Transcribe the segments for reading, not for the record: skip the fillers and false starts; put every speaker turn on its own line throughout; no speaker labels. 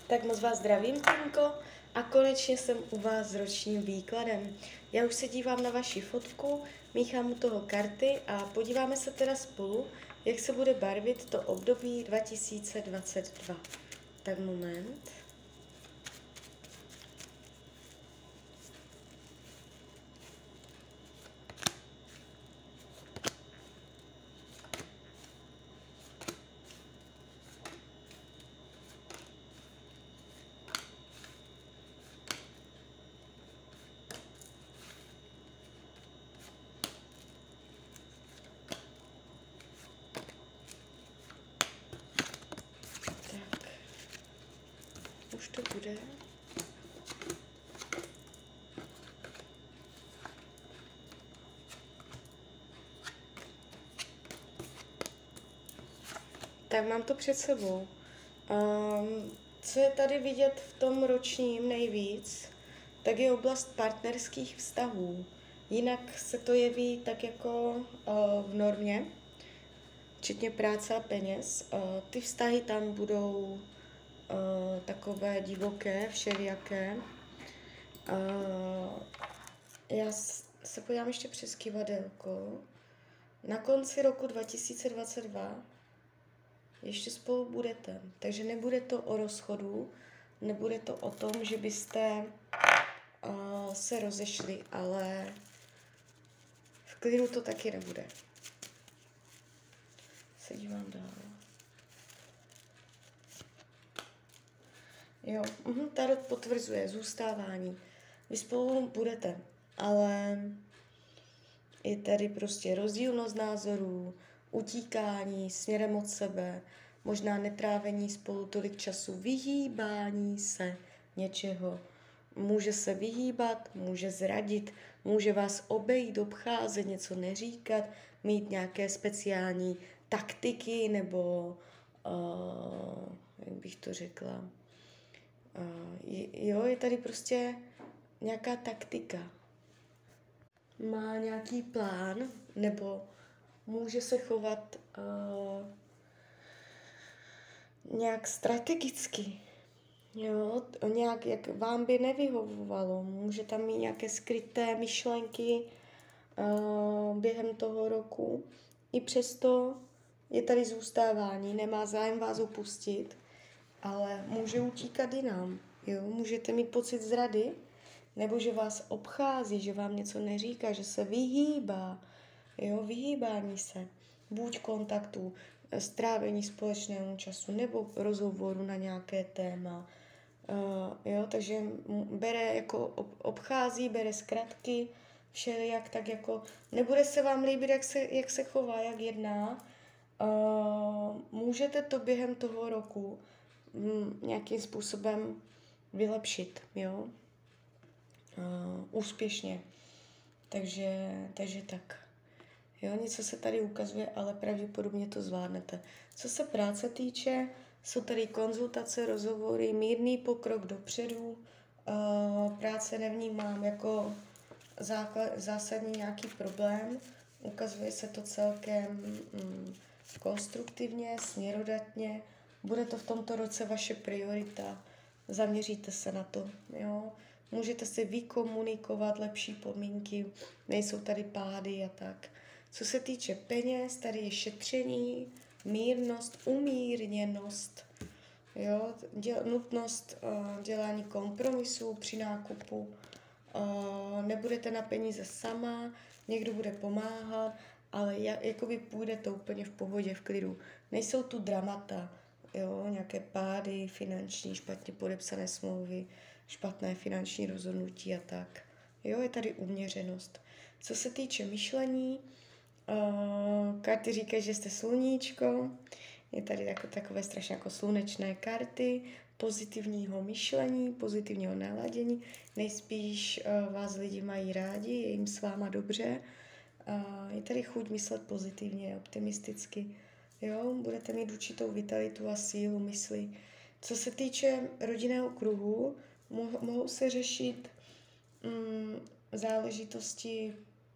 Tak moc vás zdravím, Tinko, a konečně jsem u vás s ročním výkladem. Já už se dívám na vaši fotku, míchám u toho karty a podíváme se teda spolu, jak se bude barvit to období 2022. Tak moment. Tak, už to bude. Tak mám to před sebou. Co je tady vidět v tom ročním nejvíc, tak je oblast partnerských vztahů. Jinak se to jeví tak jako v normě, včetně práce a peněz. Ty vztahy tam budou takové divoké, všelijaké. Já se podívám ještě přes kivadelko. Na konci roku 2022 ještě spolu budete. Takže nebude to o rozchodu, nebude to o tom, že byste se rozešli, ale v klidu to taky nebude. Se dívám dál. Jo, Tarot potvrzuje zůstávání. Vy spolu budete, ale je tady prostě rozdílnost názorů, utíkání směrem od sebe, možná netrávení spolu tolik času, vyhýbání se něčeho. Může se vyhýbat, může zradit, může vás obejít, obcházet, něco neříkat, mít nějaké speciální taktiky nebo, jak bych to řekla, jo, je tady prostě nějaká taktika. Má nějaký plán, nebo může se chovat nějak strategicky, jo, nějak, jak vám by nevyhovovalo. Může tam mít nějaké skryté myšlenky během toho roku. I přesto je tady zůstávání, nemá zájem vás opustit, ale může utíkat jinam, jo. Můžete mít pocit zrady, nebo že vás obchází, že vám něco neříká, že se vyhýbá, jo, vyhýbání se, buď kontaktu, strávení společného času, nebo rozhovoru na nějaké téma, jo, takže bere jako obchází, bere zkratky, všelijak, tak jako nebude se vám líbit, jak se chová, jak jedná. Můžete to během toho roku nějakým způsobem vylepšit, jo, úspěšně. Takže tak. Jo, něco se tady ukazuje, ale pravděpodobně to zvládnete. Co se práce týče, jsou tady konzultace, rozhovory, mírný pokrok dopředu. Práce nevnímám jako zásadní nějaký problém. Ukazuje se to celkem konstruktivně, směrodatně. Bude to v tomto roce vaše priorita. Zaměříte se na to, jo. Můžete si vykomunikovat lepší podmínky, nejsou tady pády a tak. Co se týče peněz, tady je šetření, mírnost, umírněnost, jo, nutnost dělání kompromisů při nákupu, nebudete na peníze sama, někdo bude pomáhat, ale jakoby půjde to úplně v pohodě, v klidu. Nejsou tu dramata, jo, nějaké pády finanční, špatně podepsané smlouvy, špatné finanční rozhodnutí a tak. Jo, je tady uměřenost. Co se týče myšlení, karty říkají, že jste sluníčko, je tady takové strašně jako slunečné karty, pozitivního myšlení, pozitivního naladění, nejspíš vás lidi mají rádi, je jim s váma dobře, je tady chuť myslet pozitivně, optimisticky, jo, budete mít určitou vitalitu a sílu mysli. Co se týče rodinného kruhu, mohou se řešit záležitosti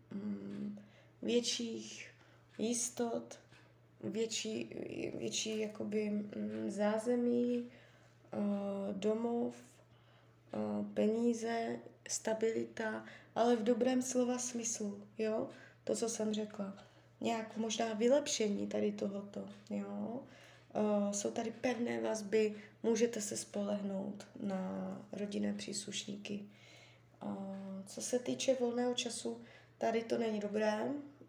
větších jistot, větší jakoby zázemí, domov, peníze, stabilita, ale v dobrém slova smyslu, jo? To, co jsem řekla. Nějak možná vylepšení tady tohoto, jo? Jsou tady pevné vazby, můžete se spolehnout na rodinné příslušníky. Co se týče volného času, tady to není dobré.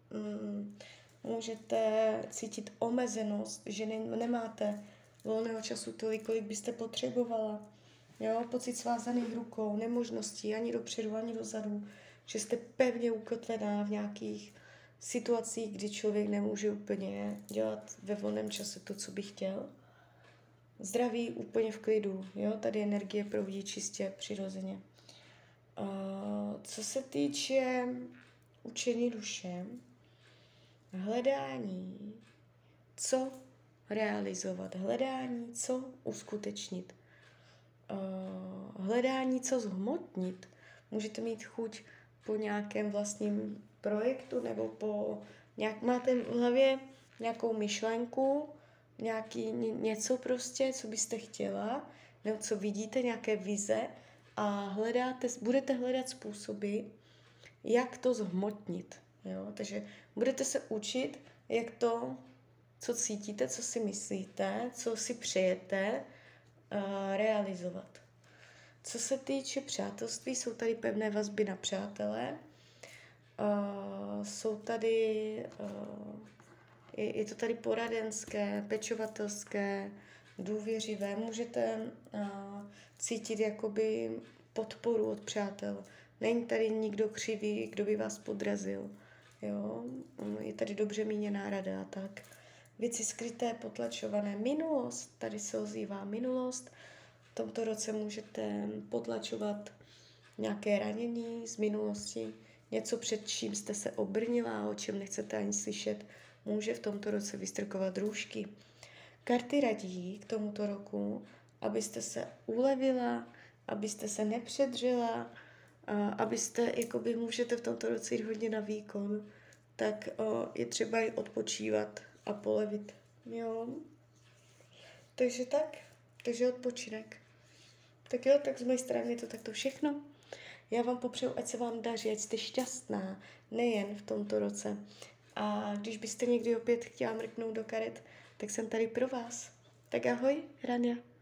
Můžete cítit omezenost, že nemáte volného času tolik, kolik byste potřebovala. Jo? Pocit svázaných rukou, nemožností ani dopředu, ani dozadu, že jste pevně ukotvená v nějakých situacích, kdy člověk nemůže úplně dělat ve volném čase to, co by chtěl. Zdraví úplně v klidu, jo? Tady energie proudí čistě, přirozeně. Co se týče učení duše, hledání, co realizovat, hledání, co uskutečnit, hledání, co zhmotnit. Můžete mít chuť po nějakém vlastním projektu nebo máte v hlavě nějakou myšlenku, něco prostě, co byste chtěla, nebo co vidíte, nějaké vize a budete hledat způsoby, jak to zhmotnit. Jo? Takže budete se učit, jak to, co cítíte, co si myslíte, co si přejete, realizovat. Co se týče přátelství, jsou tady pevné vazby na přátelé. Jsou tady, je to tady poradenské, pečovatelské, důvěřivé. Můžete cítit jakoby podporu od přátel. Není tady nikdo křivý, kdo by vás podrazil. Jo? Je tady dobře míněná rada a tak. Věci skryté, potlačované. Minulost, tady se ozývá minulost. V tomto roce můžete potlačovat nějaké ranění z minulosti, něco, před čím jste se obrnila, o čem nechcete ani slyšet, může v tomto roce vystrkovat růžky. Karty radí k tomuto roku, abyste se ulevila, abyste se nepředřela, můžete v tomto roce jít hodně na výkon, tak je třeba i odpočívat a polevit. Jo? Takže odpočinek. Tak jo, tak z mé strany je to takto všechno. Já vám popřeju, ať se vám daří, ať jste šťastná, nejen v tomto roce. A když byste někdy opět chtěla mrknout do karet, tak jsem tady pro vás. Tak ahoj, Rania.